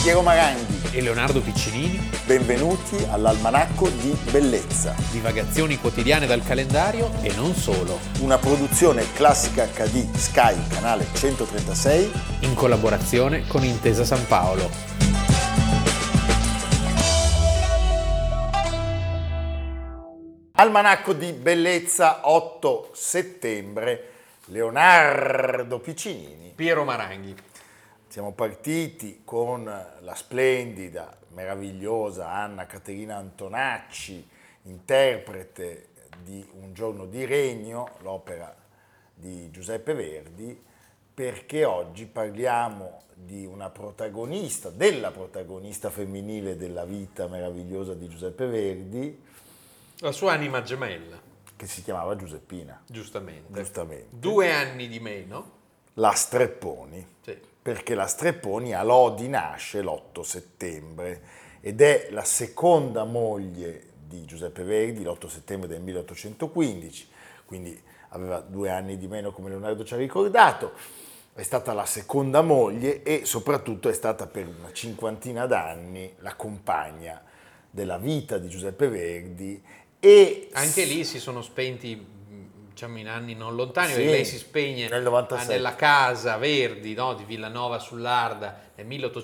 Piero Maranghi e Leonardo Piccinini. Benvenuti all'Almanacco di Bellezza. Divagazioni quotidiane dal calendario e non solo. Una produzione Classica HD Sky, canale 136. In collaborazione con Intesa San Paolo. Almanacco di Bellezza, 8 settembre. Leonardo Piccinini. Piero Maranghi. Siamo partiti con la splendida, meravigliosa Anna Caterina Antonacci, interprete di Un giorno di regno, l'opera di Giuseppe Verdi, perché oggi parliamo di una protagonista, della protagonista femminile della vita meravigliosa di Giuseppe Verdi, La sua anima gemella. che si chiamava Giuseppina. Giustamente. 2 anni di meno. La Strepponi. Sì. Perché la Strepponi a Lodi nasce l'8 settembre ed è la seconda moglie di Giuseppe Verdi, l'8 settembre del 1815, quindi aveva 2 anni di meno come Leonardo ci ha ricordato, è stata la seconda moglie e soprattutto è stata per una cinquantina d'anni la compagna della vita di Giuseppe Verdi. E anche lì si sono spenti, diciamo, in anni non lontani, sì, perché lei si spegne nel 97. nella casa Verdi, no, di Villanova sull'Arda nel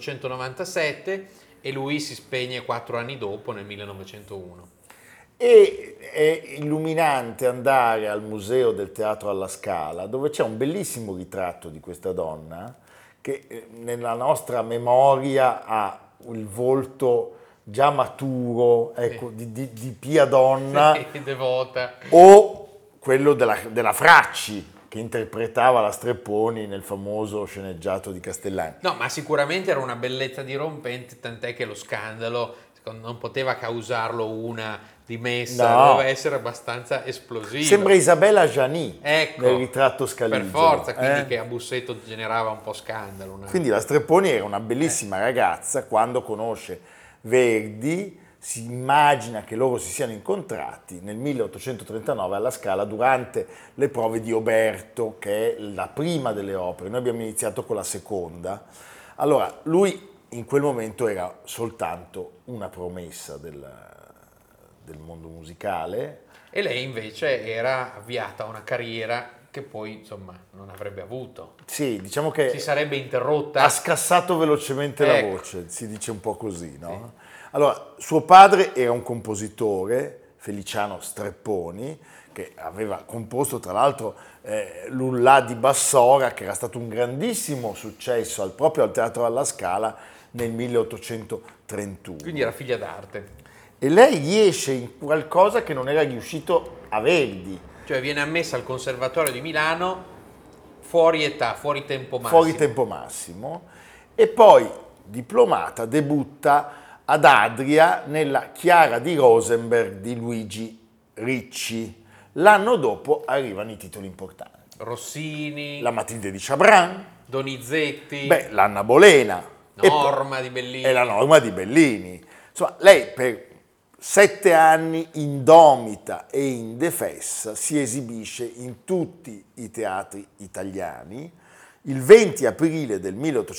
1897 e lui si spegne 4 anni dopo, nel 1901. E è illuminante andare al Museo del Teatro alla Scala, dove c'è un bellissimo ritratto di questa donna che nella nostra memoria ha il volto già maturo, ecco, Sì. di pia donna, Sì, devota. o quello della Fracci, che interpretava la Strepponi nel famoso sceneggiato di Castellani. No, ma sicuramente era una bellezza dirompente, tant'è che lo scandalo non poteva causarlo una dimessa, No. doveva essere abbastanza esplosivo. Sembra Isabella Gianni, ecco, nel ritratto scaligero. Per forza, quindi che a Busseto generava un po' scandalo. Quindi la Strepponi era una bellissima ragazza, quando conosce Verdi si immagina che loro si siano incontrati nel 1839 alla Scala durante le prove di Oberto, che è la prima delle opere. Noi abbiamo iniziato con la seconda. Allora, lui in quel momento era soltanto una promessa del mondo musicale. E lei invece era avviata a una carriera che poi, insomma, non avrebbe avuto. Sì, diciamo che si sarebbe interrotta. Ha scassato velocemente la Ecco. voce, si dice un po' così, no? Sì. Allora, suo padre era un compositore, Feliciano Strepponi, che aveva composto tra l'altro l'Ullà di Bassora, che era stato un grandissimo successo proprio al Teatro alla Scala nel 1831. Quindi era figlia d'arte. E lei riesce in qualcosa che non era riuscito a Verdi. Cioè viene ammessa al Conservatorio di Milano fuori età, fuori tempo massimo. Fuori tempo massimo. E poi, diplomata, debutta ad Adria nella Chiara di Rosenberg di Luigi Ricci. L'anno dopo arrivano i titoli importanti. Rossini, la Matilde di Chabran, Donizetti, l'Anna Bolena, Norma di Bellini. E la Norma di Bellini. Insomma, lei per 7 anni indomita e indefessa si esibisce in tutti i teatri italiani. Il 20 aprile del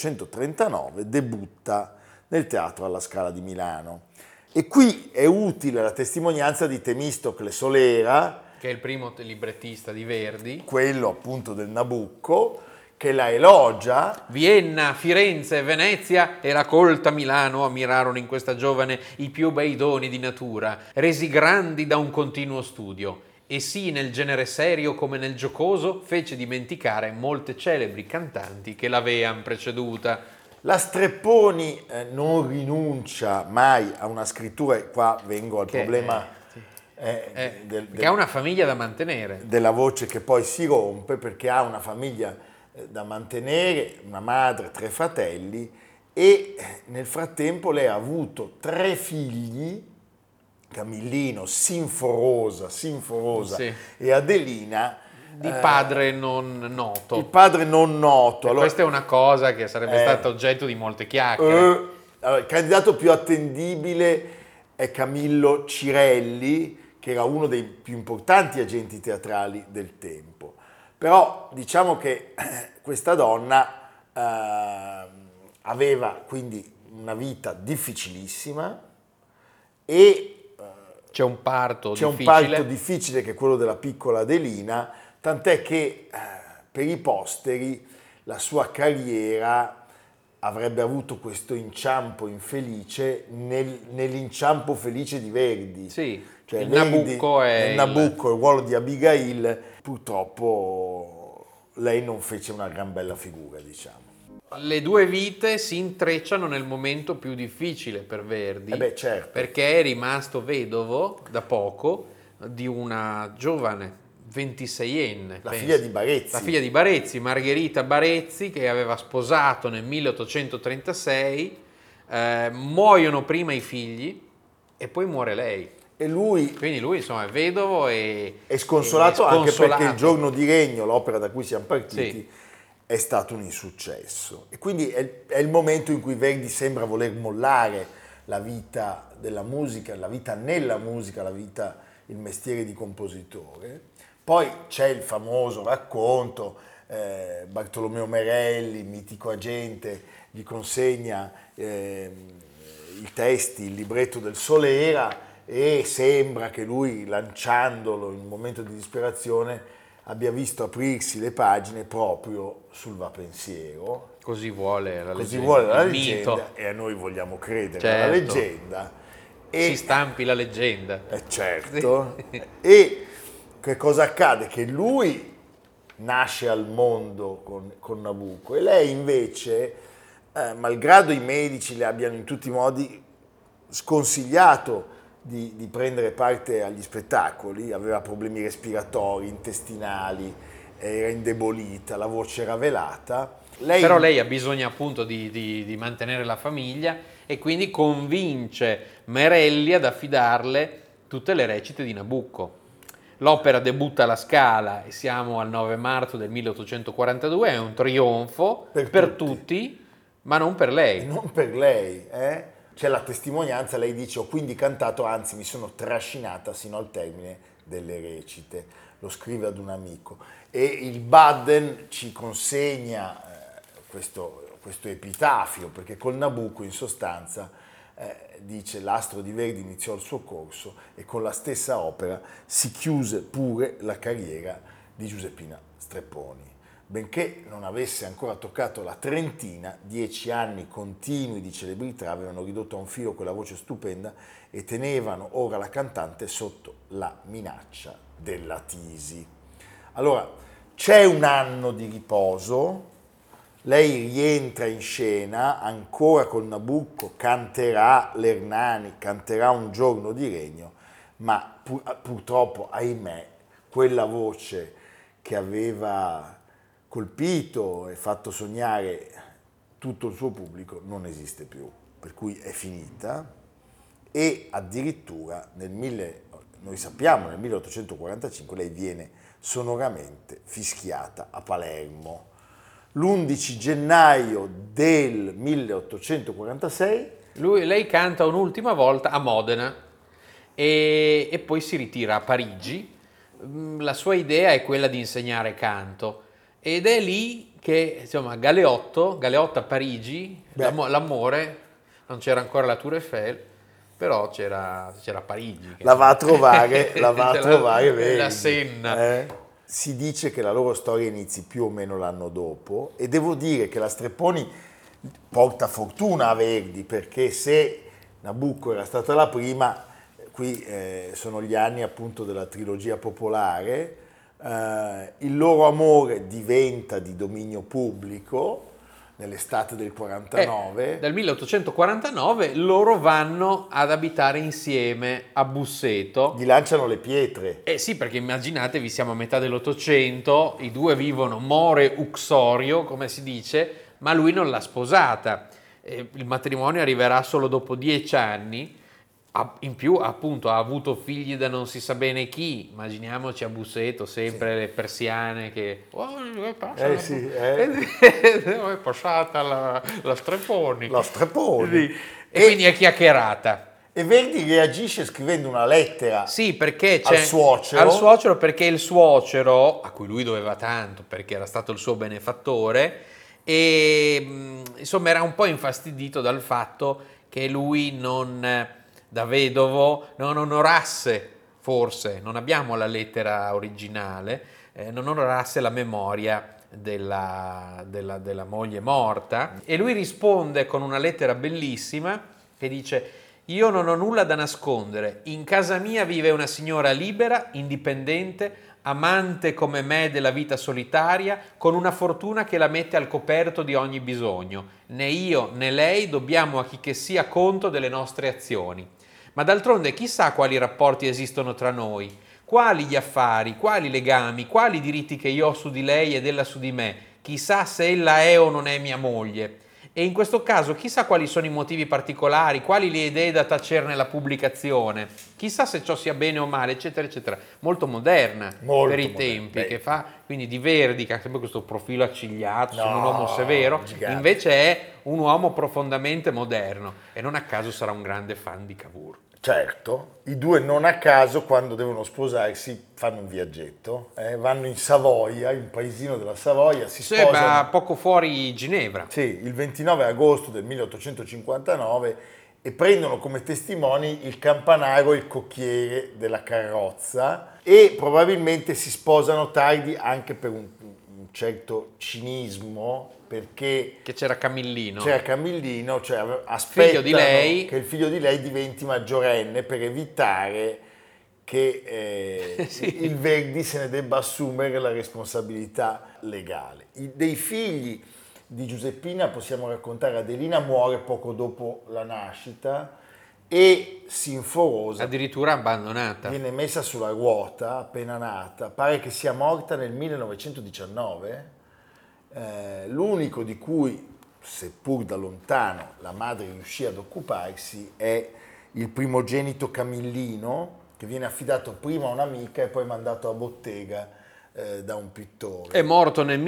1839 debutta nel Teatro alla Scala di Milano. E qui è utile la testimonianza di Temistocle Solera, che è il primo librettista di Verdi, quello appunto del Nabucco, che la elogia. Vienna, Firenze, Venezia e la colta Milano ammirarono in questa giovane i più bei doni di natura, resi grandi da un continuo studio, e sì nel genere serio come nel giocoso fece dimenticare molte celebri cantanti che l'avevano preceduta. La Strepponi non rinuncia mai a una scrittura, e qua vengo al problema che ha una famiglia da mantenere. Della voce che poi si rompe, perché ha una famiglia da mantenere, una madre, 3 fratelli, e nel frattempo lei ha avuto 3 figli, Camillino, Sinforosa Sì. e Adelina, di padre non noto. Il padre non noto. Allora, questa è una cosa che sarebbe stata oggetto di molte chiacchiere. Allora, il candidato più attendibile è Camillo Cirelli, che era uno dei più importanti agenti teatrali del tempo. Però diciamo che questa donna aveva quindi una vita difficilissima e C'è un parto c'è un difficile. parto difficile che è quello della piccola Adelina, tant'è che per i posteri la sua carriera avrebbe avuto questo inciampo infelice nell'inciampo felice di Verdi. Sì, Cioè, il Verdi, Nabucco è nel Nabucco, il ruolo di Abigail, purtroppo lei non fece una gran bella figura, diciamo. Le due vite si intrecciano nel momento più difficile per Verdi, Certo. perché è rimasto vedovo da poco di una giovane 26enne, La penso. figlia di Barezzi. La figlia di Barezzi, Margherita Barezzi, che aveva sposato nel 1836, muoiono prima i figli e poi muore lei. E lui Quindi lui insomma è vedovo è sconsolato e anche perché sconsolato. Il giorno di regno, l'opera da cui siamo partiti, Sì. è stato un insuccesso. E quindi è il momento in cui Verdi sembra voler mollare la vita della musica, la vita nella musica, il mestiere di compositore. Poi c'è il famoso racconto, Bartolomeo Merelli, mitico agente, gli consegna i testi, il libretto del Solera, e sembra che lui, lanciandolo in un momento di disperazione, abbia visto aprirsi le pagine proprio sul Va Pensiero. Così vuole la Così leggenda, vuole la il leggenda, mito. e a noi vogliamo credere Certo. alla leggenda. Si stampi la leggenda. Certo. E che cosa accade? Che lui nasce al mondo con Nabucco e lei invece, malgrado i medici le abbiano in tutti i modi sconsigliato di prendere parte agli spettacoli, aveva problemi respiratori, intestinali, era indebolita, la voce era velata. Però lei ha bisogno appunto di mantenere la famiglia e quindi convince Merelli ad affidarle tutte le recite di Nabucco. L'opera debutta alla Scala e siamo al 9 marzo del 1842, è un trionfo per tutti, ma non per lei. Non per lei, C'è la testimonianza, lei dice: ho quindi cantato, anzi mi sono trascinata sino al termine delle recite. Lo scrive ad un amico. E il Baden ci consegna questo epitafio, perché col Nabucco in sostanza dice: l'astro di Verdi iniziò il suo corso e con la stessa opera si chiuse pure la carriera di Giuseppina Strepponi. Benché non avesse ancora toccato la trentina, 10 anni continui di celebrità avevano ridotto a un filo quella voce stupenda e tenevano ora la cantante sotto la minaccia della tisi. Allora, c'è un anno di riposo, lei rientra in scena, ancora col Nabucco, canterà l'Ernani, canterà Un giorno di regno, ma purtroppo, ahimè, quella voce che aveva colpito e fatto sognare tutto il suo pubblico non esiste più, per cui è finita. E addirittura noi sappiamo, nel 1845 lei viene sonoramente fischiata a Palermo. L'11 gennaio del 1846 Lei canta un'ultima volta a Modena e poi si ritira a Parigi. La sua idea è quella di insegnare canto ed è lì che, insomma, Galeotto a Parigi, l'amore, non c'era ancora la Tour Eiffel, però c'era Parigi. La va a trovare Verdi. La Senna. Si dice che la loro storia inizi più o meno l'anno dopo, e devo dire che la Strepponi porta fortuna a Verdi, perché se Nabucco era stata la prima, qui sono gli anni appunto della trilogia popolare, il loro amore diventa di dominio pubblico nell'estate del 49. Dal 1849 loro vanno ad abitare insieme a Busseto. Gli lanciano le pietre. Sì, perché immaginatevi, siamo a metà dell'Ottocento, i due vivono more uxorio, come si dice, ma lui non l'ha sposata. Il matrimonio arriverà solo dopo 10 anni. In più, appunto, ha avuto figli da non si sa bene chi. Immaginiamoci a Busseto, sempre le persiane che... è passata la Strepponi. La Strepponi. Sì. E quindi è chiacchierata. E Verdi reagisce scrivendo una lettera perché al suocero. Al suocero, perché il suocero, a cui lui doveva tanto, perché era stato il suo benefattore, e insomma era un po' infastidito dal fatto che lui da vedovo non onorasse, forse, non abbiamo la lettera originale, non onorasse la memoria della moglie morta, e lui risponde con una lettera bellissima che dice: io non ho nulla da nascondere, in casa mia vive una signora libera, indipendente, amante come me della vita solitaria, con una fortuna che la mette al coperto di ogni bisogno. Né io né lei dobbiamo a chi che sia conto delle nostre azioni. Ma d'altronde chissà quali rapporti esistono tra noi, quali gli affari, quali legami, quali diritti che io ho su di lei ed ella su di me, chissà se ella è o non è mia moglie. E in questo caso chissà quali sono i motivi particolari, quali le idee da tacere nella pubblicazione, chissà se ciò sia bene o male, eccetera, eccetera. Molto moderna per i tempi, che fa quindi di Verdi, che ha sempre questo profilo accigliato, un uomo severo, gigante. Invece è un uomo profondamente moderno e non a caso sarà un grande fan di Cavour. Certo, i due non a caso quando devono sposarsi fanno un viaggetto, vanno in Savoia, in un paesino della Savoia, si sposano. Ma poco fuori Ginevra. Sì, il 29 agosto del 1859 e prendono come testimoni il campanario e il cocchiere della carrozza e probabilmente si sposano tardi anche per un certo cinismo, perché che c'era Camillino, cioè aspettano figlio di lei, che il figlio di lei diventi maggiorenne per evitare che sì. il Verdi se ne debba assumere la responsabilità legale. Dei figli di Giuseppina possiamo raccontare: Adelina muore poco dopo la nascita e Sinforosa, addirittura abbandonata, viene messa sulla ruota appena nata, pare che sia morta nel 1919. L'unico di cui, seppur da lontano, la madre riuscì ad occuparsi è il primogenito Camillino, che viene affidato prima a un'amica e poi mandato a bottega da un pittore. È morto nel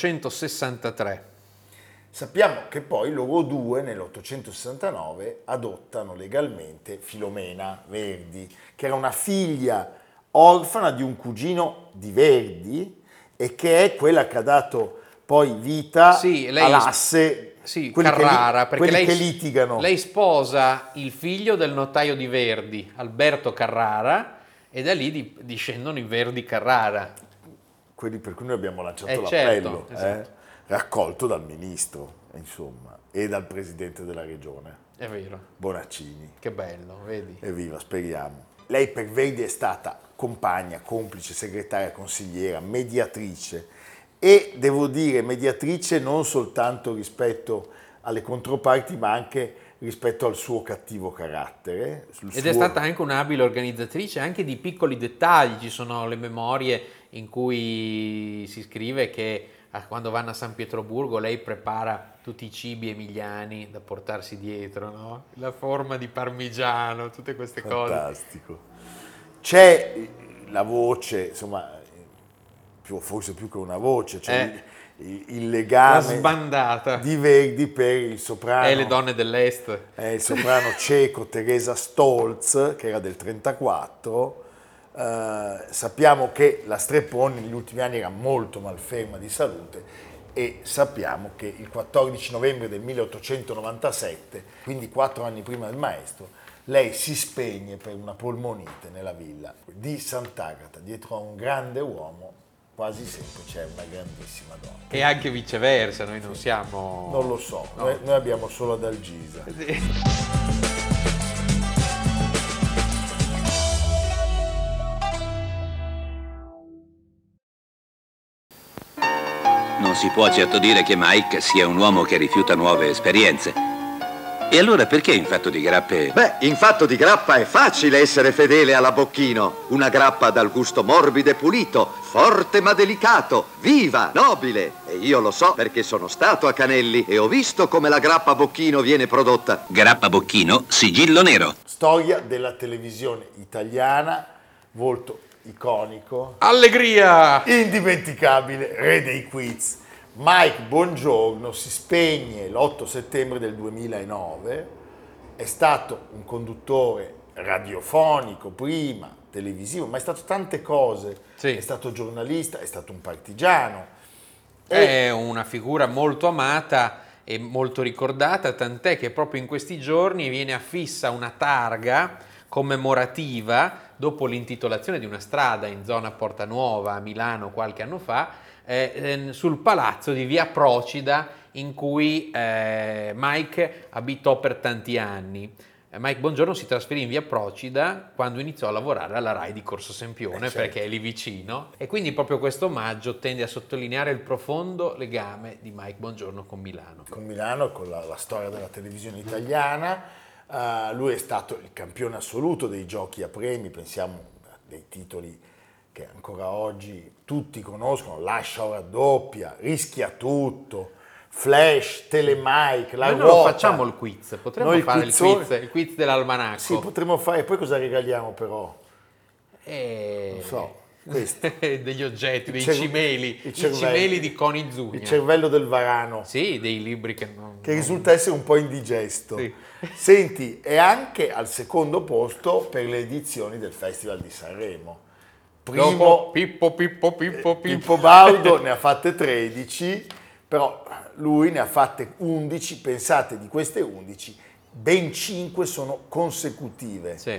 1863. Sappiamo che poi loro due nell'869 adottano legalmente Filomena Verdi, che era una figlia orfana di un cugino di Verdi e che è quella che ha dato poi vita all'asse, Carrara, quelli che litigano. Lei sposa il figlio del notaio di Verdi, Alberto Carrara, e da lì discendono i Verdi Carrara. Quelli per cui noi abbiamo lanciato l'appello, esatto. Raccolto dal ministro, insomma, e dal presidente della regione. È vero. Bonaccini. Che bello, vedi? Evviva, speriamo. Lei per Verdi è stata compagna, complice, segretaria, consigliera, mediatrice e, devo dire, mediatrice non soltanto rispetto alle controparti, ma anche rispetto al suo cattivo carattere. È stata anche un'abile organizzatrice anche di piccoli dettagli. Ci sono le memorie in cui si scrive che quando vanno a San Pietroburgo lei prepara tutti i cibi emiliani da portarsi dietro, no? La forma di parmigiano, tutte queste cose. Fantastico. C'è la voce, insomma, forse più che una voce, cioè il legame sbandata di Verdi per il soprano. E le donne dell'Est. Il soprano ceco Teresa Stolz, che era del 1934. Sappiamo che la Strepponi negli ultimi anni era molto malferma di salute e sappiamo che il 14 novembre del 1897, quindi 4 anni prima del maestro, lei si spegne per una polmonite nella villa di Sant'Agata. Dietro a un grande uomo quasi sempre c'è una grandissima donna. E anche viceversa, noi non siamo... Non lo so, no. Noi abbiamo solo Adalgisa. Non si può certo dire che Mike sia un uomo che rifiuta nuove esperienze. E allora perché in fatto di grappe... Beh, in fatto di grappa è facile essere fedele alla Bocchino. Una grappa dal gusto morbido e pulito, forte ma delicato, viva, nobile. E io lo so perché sono stato a Canelli e ho visto come la grappa Bocchino viene prodotta. Grappa Bocchino, sigillo nero. Storia della televisione italiana, volto iconico. Allegria! Indimenticabile, re dei quiz. Mike Bongiorno si spegne l'8 settembre del 2009, è stato un conduttore radiofonico prima, televisivo, ma è stato tante cose, sì. È stato giornalista, è stato un partigiano, È una figura molto amata e molto ricordata, tant'è che proprio in questi giorni viene affissa una targa commemorativa dopo l'intitolazione di una strada in zona Porta Nuova a Milano qualche anno fa, sul palazzo di Via Procida in cui Mike abitò per tanti anni. Mike Bongiorno si trasferì in Via Procida quando iniziò a lavorare alla RAI di Corso Sempione, certo, perché è lì vicino, e quindi proprio questo omaggio tende a sottolineare il profondo legame di Mike Bongiorno con Milano. Con Milano, con la storia della televisione italiana. Lui è stato il campione assoluto dei giochi a premi, pensiamo a dei titoli che ancora oggi tutti conoscono: Lascia o raddoppia, Rischia tutto, Flash, Telemike, La Noi Ruota. non facciamo il quiz, potremmo Noi fare quizzone- il quiz dell'almanacco. Sì, potremmo fare. Poi cosa regaliamo però? Non so, questo. Degli oggetti, dei cer- cimeli, i i cervelli. cimeli di Coni Zugna. Il cervello del varano, Sì, dei libri che che risulta essere un po' indigesto. Sì. Senti, è anche al secondo posto per le edizioni del Festival di Sanremo. Dopo Pippo. Pippo Baudo ne ha fatte 13, però lui ne ha fatte 11. Pensate, di queste 11, ben 5 sono consecutive. Sì.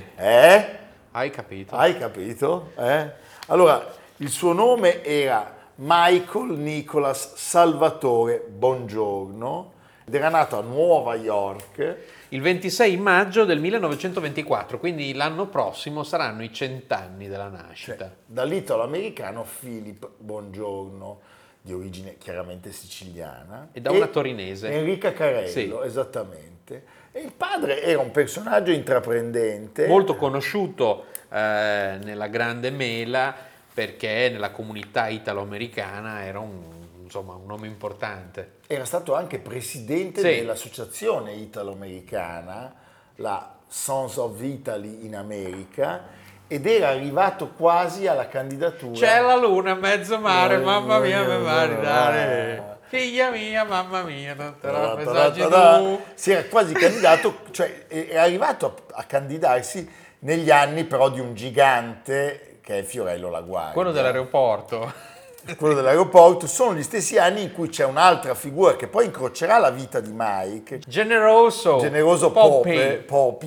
Hai capito? Hai capito? Allora, il suo nome era Michael Nicholas Salvatore Bongiorno ed era nato a Nuova York. Il 26 maggio del 1924, quindi l'anno prossimo saranno i 100 anni della nascita. Dall'italo-americano Philip Bongiorno, di origine chiaramente siciliana. E da una torinese. Enrica Carello, Sì. esattamente. E il padre era un personaggio intraprendente. Molto conosciuto nella Grande Mela, perché nella comunità italo-americana era un nome importante. Era stato anche presidente Sì. dell'associazione italo-americana, la Sons of Italy in America, ed era arrivato quasi alla candidatura. C'è la luna a mezzo mare, mamma mia, mi va a mia. ridare. Figlia mia, mamma mia, non te la presagi tu. Si era quasi candidato, cioè è arrivato a candidarsi negli anni però di un gigante che è Fiorello La Guardia. Quello dell'aeroporto. Quello dell'aeroporto. Sono gli stessi anni in cui c'è un'altra figura che poi incrocerà la vita di Mike, Generoso Pope,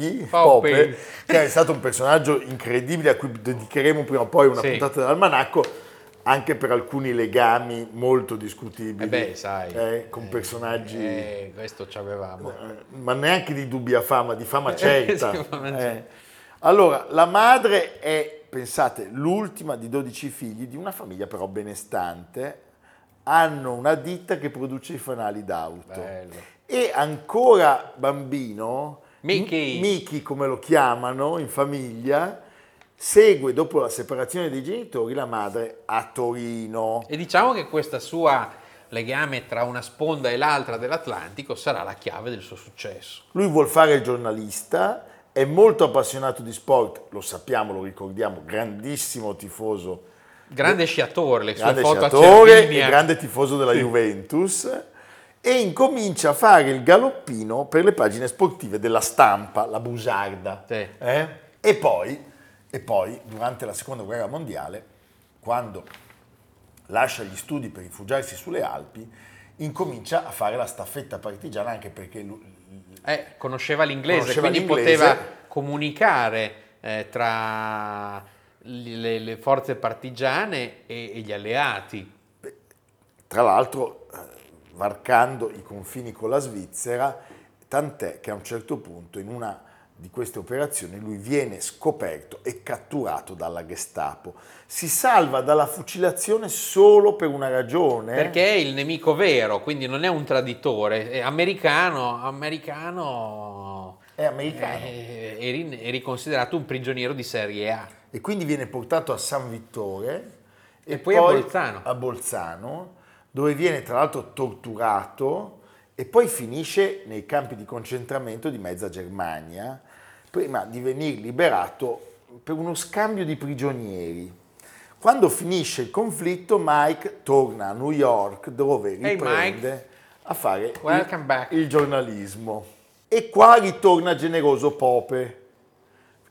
Pope. che è stato un personaggio incredibile a cui dedicheremo prima o poi una Sì. puntata dell'almanacco, anche per alcuni legami molto discutibili sai. con personaggi, Questo ci avevamo. ma neanche di dubbia fama, di fama certa. Sì, fama certa. Allora, la madre è, pensate, l'ultima di 12 figli di una famiglia però benestante. Hanno una ditta che produce i fanali d'auto. Bello. E ancora bambino, Mickey. come lo chiamano in famiglia, segue dopo la separazione dei genitori la madre a Torino. E diciamo che questa sua legame tra una sponda e l'altra dell'Atlantico sarà la chiave del suo successo. Lui vuol fare il giornalista, è molto appassionato di sport, lo sappiamo, lo ricordiamo, grandissimo tifoso. Grande sciatore, le sue Grande foto a sciatore Cervinia. e grande tifoso della Juventus, e incomincia a fare il galoppino per le pagine sportive della Stampa, la Busarda. Sì. E poi, durante la Seconda Guerra Mondiale, quando lascia gli studi per rifugiarsi sulle Alpi, incomincia a fare la staffetta partigiana, anche perché lui, Conosceva l'inglese, Conosceva quindi l'inglese. poteva comunicare tra le forze partigiane e gli alleati. tra l'altro varcando i confini con la Svizzera, tant'è che a un certo punto in una di queste operazioni lui viene scoperto e catturato dalla Gestapo. Si salva dalla fucilazione solo per una ragione. Perché è il nemico vero, quindi non è un traditore, è americano. È americano. Eri considerato un prigioniero di serie A. E quindi viene portato a San Vittore E poi a Bolzano, dove viene tra l'altro torturato e poi finisce nei campi di concentramento di mezza Germania, prima di venire liberato per uno scambio di prigionieri. Quando finisce il conflitto, Mike torna a New York, dove riprende a fare Welcome back. il giornalismo. E qua ritorna Generoso Pope,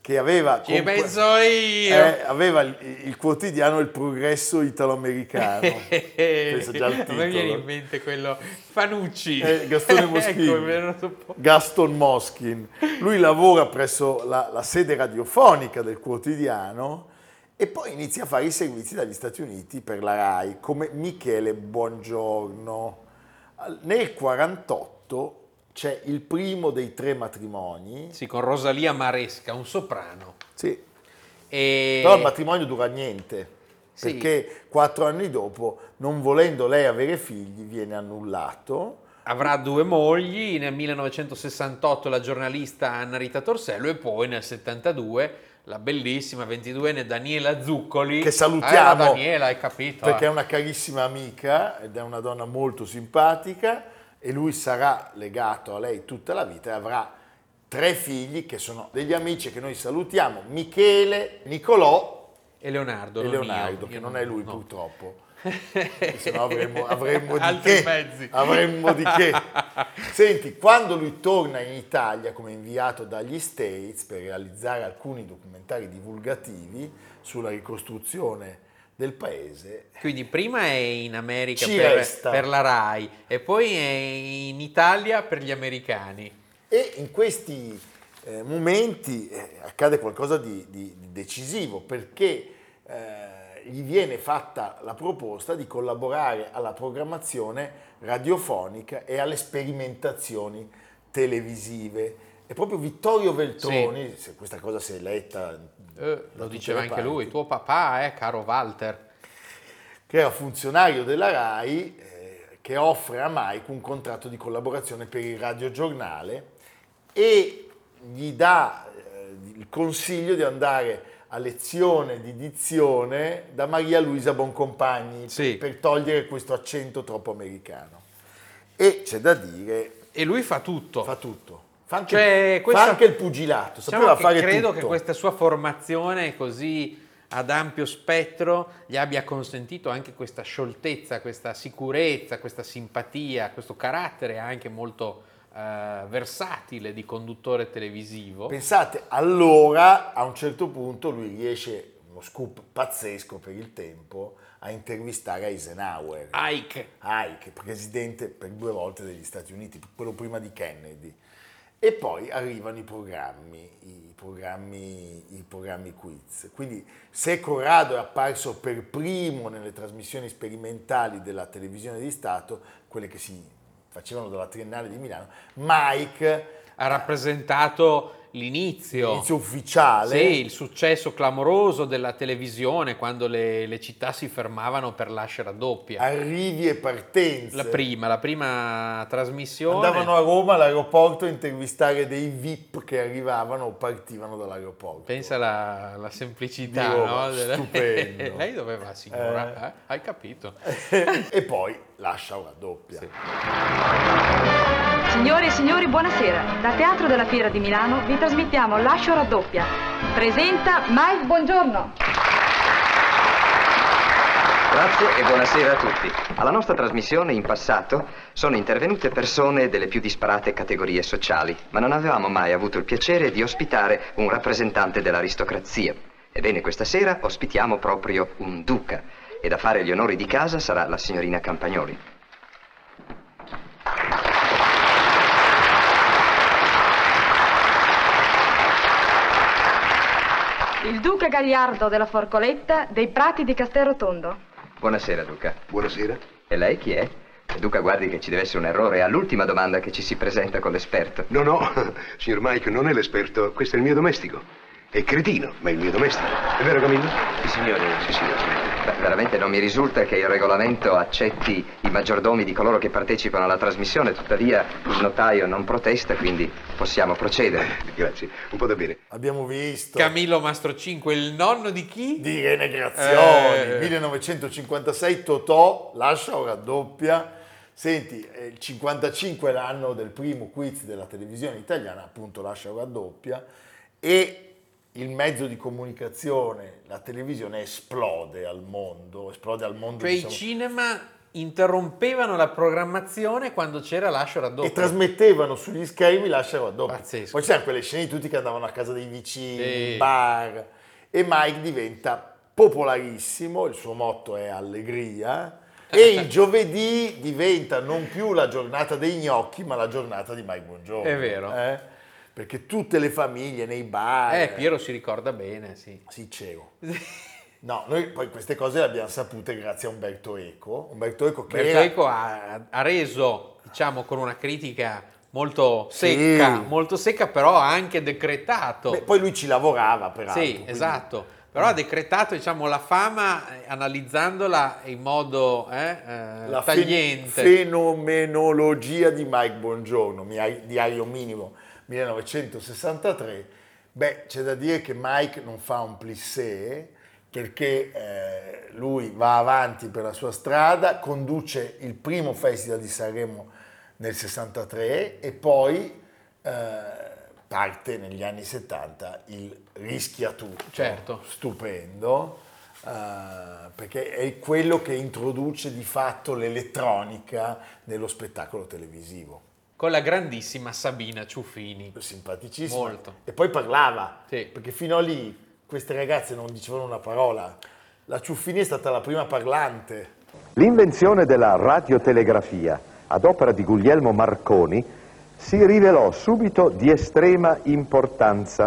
che aveva, Ci penso io! aveva il quotidiano Il Progresso Italo-Americano. Pensa già al A me viene titolo. in mente quello Fanucci. Gastone Moschini. Ecco, mi è venuto un po'. Gaston Moschin. Lui lavora presso la sede radiofonica del quotidiano e poi inizia a fare i servizi dagli Stati Uniti per la RAI come Michele Buongiorno. Nel 1948 c'è il primo dei 3 matrimoni. Sì, con Rosalia Maresca, un soprano. Sì. E... Però il matrimonio dura niente, Sì. perché 4 anni dopo, non volendo lei avere figli, viene annullato. Avrà 2 mogli, nel 1968 la giornalista Anna Rita Torsello e poi nel 72 la bellissima 22enne Daniela Zuccoli. Che salutiamo, la Daniela, hai capito? perché è una carissima amica ed è una donna molto simpatica e lui sarà legato a lei tutta la vita e avrà 3 figli che sono degli amici che noi salutiamo, Michele, Nicolò E Leonardo. e non Leonardo, io. che Io non è lui no. purtroppo. Se no avremmo di Altri che. mezzi. Avremmo di che. Senti, quando lui torna in Italia come inviato dagli States per realizzare alcuni documentari divulgativi sulla ricostruzione del paese, Quindi prima è in America Ci per, resta. per la RAI e poi è in Italia per gli americani. e in questi momenti accade qualcosa di decisivo perché gli viene fatta la proposta di collaborare alla programmazione radiofonica e alle sperimentazioni televisive. E proprio Vittorio Veltroni, se questa cosa si è letta, da Lo tutte diceva le anche lui, parti, tuo papà, caro Walter. che era funzionario della RAI, che offre a Mike un contratto di collaborazione per il radiogiornale e gli dà il consiglio di andare a lezione di dizione da Maria Luisa Boncompagni Sì. per togliere questo accento troppo americano. E c'è da dire, E lui fa tutto. fa tutto. Fa anche, Cioè, fa questa- anche il pugilato, Diciamo sapeva che fare credo tutto. che questa sua formazione così ad ampio spettro gli abbia consentito anche questa scioltezza, questa sicurezza, questa simpatia, questo carattere anche molto versatile di conduttore televisivo. Pensate, allora a un certo punto lui riesce, uno scoop pazzesco per il tempo, a intervistare Eisenhower, Ike. presidente per 2 volte degli Stati Uniti, quello prima di Kennedy. E poi arrivano i programmi quiz. Quindi se Corrado è apparso per primo nelle trasmissioni sperimentali della televisione di Stato, quelle che si facevano dalla Triennale di Milano, Mike Ha rappresentato l'inizio. inizio ufficiale. Sì, il successo clamoroso della televisione quando le città si fermavano per l'ascia raddoppia. Arrivi e partenze. La prima trasmissione. Andavano a Roma all'aeroporto a intervistare dei VIP che arrivavano o partivano dall'aeroporto. Pensa alla semplicità, Di Roma, no? stupendo. Lei dove va, signora? Hai capito? E poi lascia una doppia. Sì. Signore e signori, buonasera. Da Teatro della Fiera di Milano vi trasmettiamo Lascio raddoppia. Presenta Mike Buongiorno. Grazie e buonasera a tutti. Alla nostra trasmissione in passato sono intervenute persone delle più disparate categorie sociali, ma non avevamo mai avuto il piacere di ospitare un rappresentante dell'aristocrazia. Ebbene, questa sera ospitiamo proprio un duca ed a fare gli onori di casa sarà la signorina Campagnoli. Il duca Gagliardo della Forcoletta dei Prati di Castelrotondo. Buonasera, duca. Buonasera. E lei chi è? Duca, guardi che ci deve essere un errore all'ultima domanda che ci si presenta con l'esperto. No, signor Mike, non è l'esperto, questo è il mio domestico. È cretino, ma è il mio domestico. È vero, Camillo? Sì, signore. Sì, signore. Beh, veramente non mi risulta che il regolamento accetti i maggiordomi di coloro che partecipano alla trasmissione, tuttavia il notaio non protesta, quindi possiamo procedere. Grazie, un po' da bere. Abbiamo visto Camillo Mastro 5, il nonno di chi? di Rene Grazioni, 1956, Totò lascia o raddoppia. Senti, il 55 è l'anno del primo quiz della televisione italiana, appunto lascia o raddoppia, e il mezzo di comunicazione, la televisione esplode al mondo Cioè i diciamo, cinema interrompevano la programmazione quando c'era Lascio raddoppio. E trasmettevano sugli schermi Lascio raddoppio. Pazzesco. Poi c'erano quelle scene di tutti che andavano a casa dei vicini, Sì. bar, e Mike diventa popolarissimo, il suo motto è allegria, e il giovedì diventa non più la giornata dei gnocchi, ma la giornata di Mike Bongiorno. È vero. Perché tutte le famiglie nei bar... Piero si ricorda bene, sì. Sì, c'ero. No, noi poi queste cose le abbiamo sapute grazie a Umberto Eco. Umberto Eco che Umberto Eco ha reso, diciamo, con una critica molto secca, però ha anche decretato. Beh, poi lui ci lavorava, peraltro. Sì, quindi... esatto. Però ha decretato, diciamo, la fama analizzandola in modo La tagliente. fenomenologia di Mike Bongiorno, Diario Minimo 1963. Beh, c'è da dire che Mike non fa un plissé, perché lui va avanti per la sua strada, conduce il primo Festival di Sanremo nel 63 e poi parte negli anni 70 il Rischia tutto, Certo. stupendo, perché è quello che introduce di fatto l'elettronica nello spettacolo televisivo. Con la grandissima Sabina Ciuffini. Simpaticissimo. Molto. E poi parlava, Sì. perché fino a lì queste ragazze non dicevano una parola. La Ciuffini è stata la prima parlante. L'invenzione della radiotelegrafia ad opera di Guglielmo Marconi si rivelò subito di estrema importanza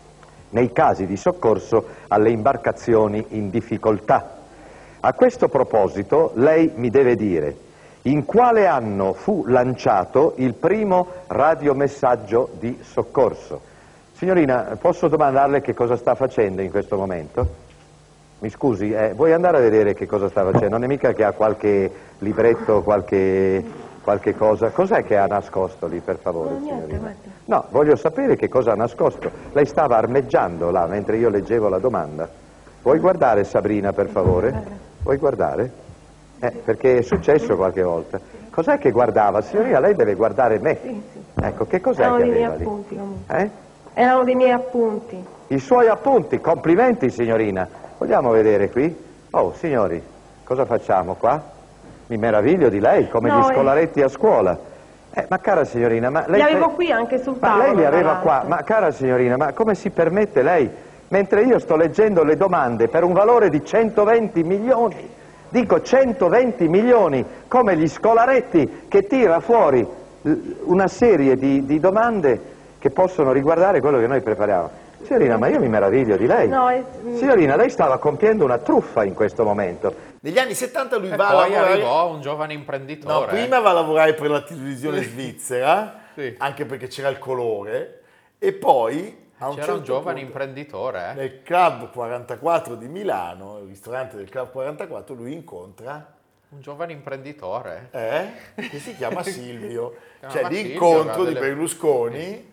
nei casi di soccorso alle imbarcazioni in difficoltà. A questo proposito lei mi deve dire in quale anno fu lanciato il primo radiomessaggio di soccorso. Signorina, posso domandarle che cosa sta facendo in questo momento? Mi scusi, vuoi andare a vedere che cosa sta facendo? Non è mica che ha qualche libretto, qualche cosa? Cos'è che ha nascosto lì, per favore, signorina? No, voglio sapere che cosa ha nascosto. Lei stava armeggiando là mentre io leggevo la domanda. Vuoi guardare, Sabrina, per favore? Vuoi guardare? Perché è successo qualche volta. Cos'è che guardava? Signorina, lei deve guardare me. Sì. Ecco, che cos'è Erano che dei miei aveva lì? appunti comunque. Eh? Erano dei miei appunti. I suoi appunti, complimenti, signorina. Vogliamo vedere qui? Oh, signori, cosa facciamo qua? Mi meraviglio di lei, come No, gli scolaretti a scuola. Ma cara signorina, ma lei... Li avevo qui anche sul Ma tavolo. lei li aveva tra qua, l'altro. ma cara signorina, ma come si permette lei, mentre io sto leggendo le domande per un valore di 120 milioni, dico 120 milioni, come gli scolaretti che tira fuori una serie di domande che possono riguardare quello che noi prepariamo. Signorina, ma io mi meraviglio di lei. No, Signorina, lei stava compiendo una truffa in questo momento. Negli anni 70 lui E va a poi lavorare... arrivò un giovane imprenditore. No, prima va a lavorare per la televisione svizzera, Sì. anche perché c'era il colore, e poi a C'era certo un giovane punto, imprenditore. nel Club 44 di Milano, il ristorante del Club 44, lui incontra Un giovane imprenditore. che si chiama Silvio, Chiama cioè Silvio, l'incontro di delle- Berlusconi,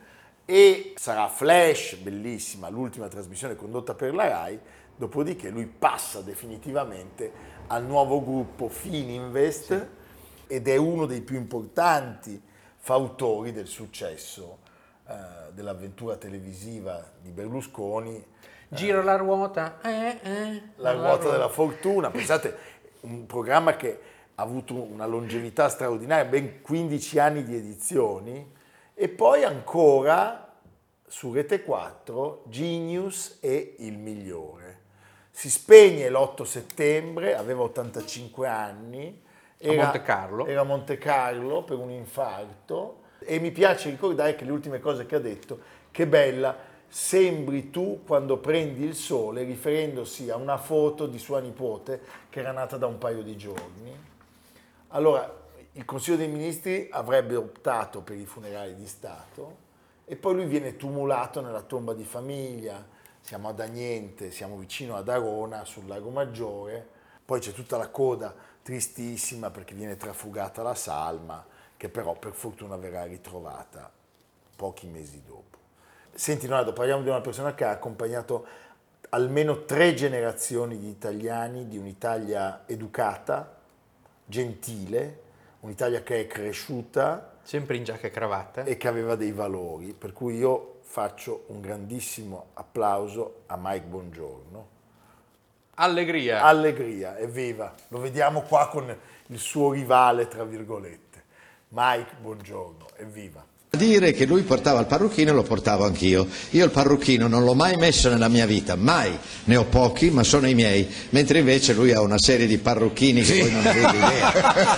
e sarà Flash, bellissima, l'ultima trasmissione condotta per la Rai, dopodiché lui passa definitivamente al nuovo gruppo Fininvest ed è uno dei più importanti fautori del successo dell'avventura televisiva di Berlusconi, Giro la ruota. La ruota della fortuna. Pensate, un programma che ha avuto una longevità straordinaria, ben 15 anni di edizioni, e poi ancora su Rete 4 Genius e Il Migliore. Si spegne l'8 settembre, aveva 85 anni, Monte Carlo. era a Monte Carlo per un infarto, e mi piace ricordare che le ultime cose che ha detto, che bella, sembri tu quando prendi il sole, riferendosi a una foto di sua nipote che era nata da un paio di giorni. Allora, il Consiglio dei Ministri avrebbe optato per i funerali di Stato e poi lui viene tumulato nella tomba di famiglia. Siamo ad Agnente, siamo vicino ad Arona, sul Lago Maggiore. Poi c'è tutta la coda tristissima perché viene trafugata la salma, che però per fortuna verrà ritrovata pochi mesi dopo. Senti Leonardo, parliamo di una persona che ha accompagnato almeno 3 generazioni di italiani, di un'Italia educata, gentile, un'Italia che è cresciuta Sempre in giacca e cravatta. e che aveva dei valori, per cui io faccio un grandissimo applauso a Mike Bongiorno, Allegria. Allegria, evviva. Lo vediamo qua con il suo rivale, tra virgolette. Mike, buongiorno, evviva. Dire che lui portava il parrucchino lo portavo anch'io. Io il parrucchino non l'ho mai messo nella mia vita, mai. Ne ho pochi, ma sono i miei. Mentre invece lui ha una serie di parrucchini che voi non avete idea.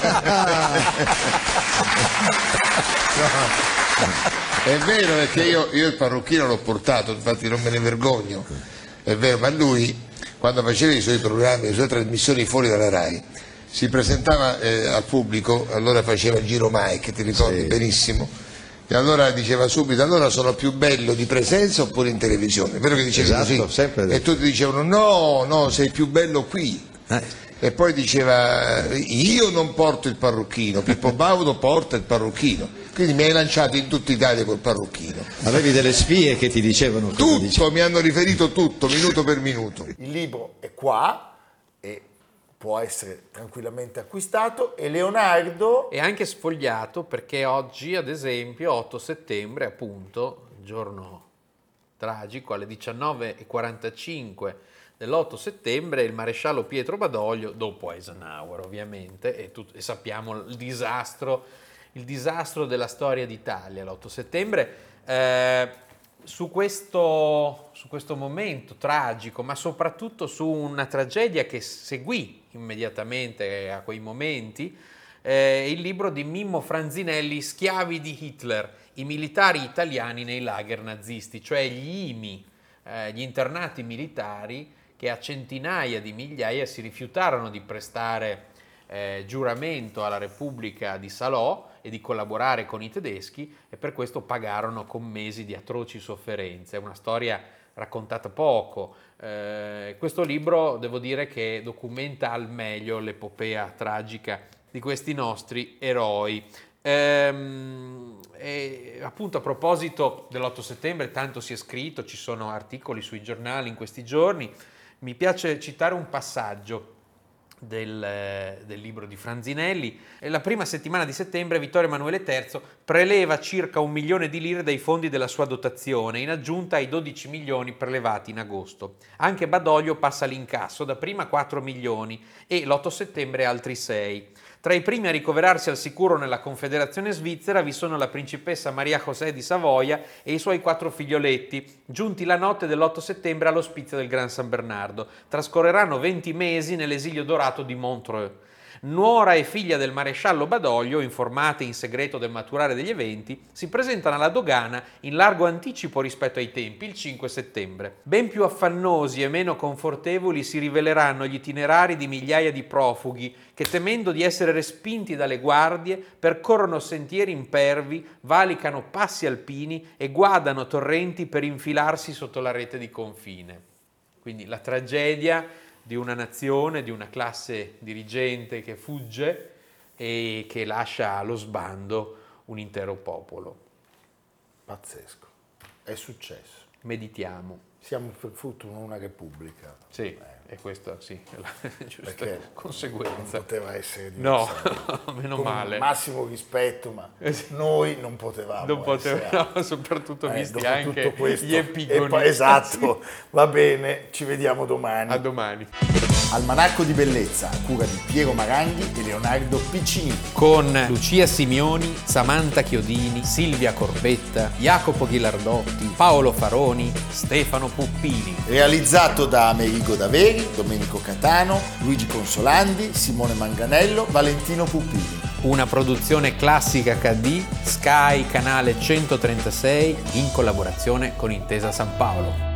È vero, perché io il parrucchino l'ho portato, infatti non me ne vergogno. È vero, ma lui, quando faceva i suoi programmi, le sue trasmissioni fuori dalla RAI, si presentava al pubblico, allora faceva il giro Mike, ti ricordi benissimo? E allora diceva subito, allora sono più bello di presenza oppure in televisione? È vero che diceva così? E tutti dicevano, no, sei più bello qui. E poi diceva, io non porto il parrucchino, Pippo Baudo porta il parrucchino. Quindi mi hai lanciato in tutta Italia col parrucchino. Avevi delle spie che ti dicevano tutto, mi hanno riferito tutto, minuto per minuto. Il libro è qua e può essere tranquillamente acquistato, e Leonardo è anche sfogliato, perché oggi, ad esempio, 8 settembre, appunto, giorno tragico, alle 19:45 dell'8 settembre, il maresciallo Pietro Badoglio, dopo Eisenhower ovviamente, e sappiamo il disastro della storia d'Italia, l'8 settembre, su questo momento tragico, ma soprattutto su una tragedia che seguì immediatamente a quei momenti, il libro di Mimmo Franzinelli, Schiavi di Hitler, i militari italiani nei lager nazisti, cioè gli IMI, gli internati militari che a centinaia di migliaia si rifiutarono di prestare giuramento alla Repubblica di Salò e di collaborare con i tedeschi, e per questo pagarono con mesi di atroci sofferenze. È una storia raccontata poco. Questo libro, devo dire, che documenta al meglio l'epopea tragica di questi nostri eroi. E appunto, a proposito dell'8 settembre, tanto si è scritto, ci sono articoli sui giornali in questi giorni. Mi piace citare un passaggio del libro di Franzinelli. La prima settimana di settembre Vittorio Emanuele III preleva circa 1 milione di lire dai fondi della sua dotazione, in aggiunta ai 12 milioni prelevati in agosto. Anche Badoglio passa l'incasso, dapprima 4 milioni e l'8 settembre altri 6. Tra i primi a ricoverarsi al sicuro nella Confederazione Svizzera vi sono la principessa Maria José di Savoia e i suoi 4 figlioletti, giunti la notte dell'8 settembre all'ospizio del Gran San Bernardo. Trascorreranno 20 mesi nell'esilio dorato di Montreux. Nuora e figlia del maresciallo Badoglio, informate in segreto del maturare degli eventi, si presentano alla dogana in largo anticipo rispetto ai tempi, il 5 settembre. Ben più affannosi e meno confortevoli si riveleranno gli itinerari di migliaia di profughi che, temendo di essere respinti dalle guardie, percorrono sentieri impervi, valicano passi alpini e guardano torrenti per infilarsi sotto la rete di confine. Quindi la tragedia di una nazione, di una classe dirigente che fugge e che lascia allo sbando un intero popolo. Pazzesco. È successo. Meditiamo. Siamo per fortuna una repubblica. Sì, e questa sì, è la giusta perché conseguenza. Non poteva essere no, diversamente. meno con male. Massimo rispetto, ma noi non potevamo. No, soprattutto visti anche tutto questo, gli epigoni. Esatto, va bene, ci vediamo domani. A domani. Almanacco di bellezza, a cura di Piero Maranghi e Leonardo Piccini. Con Lucia Simioni, Samantha Chiodini, Silvia Corbetta, Jacopo Ghilardotti, Paolo Faroni, Stefano Puppini. Realizzato da Amerigo Daveri, Domenico Catano, Luigi Consolandi, Simone Manganello, Valentino Puppini. Una produzione Classica HD, Sky, canale 136, in collaborazione con Intesa San Paolo.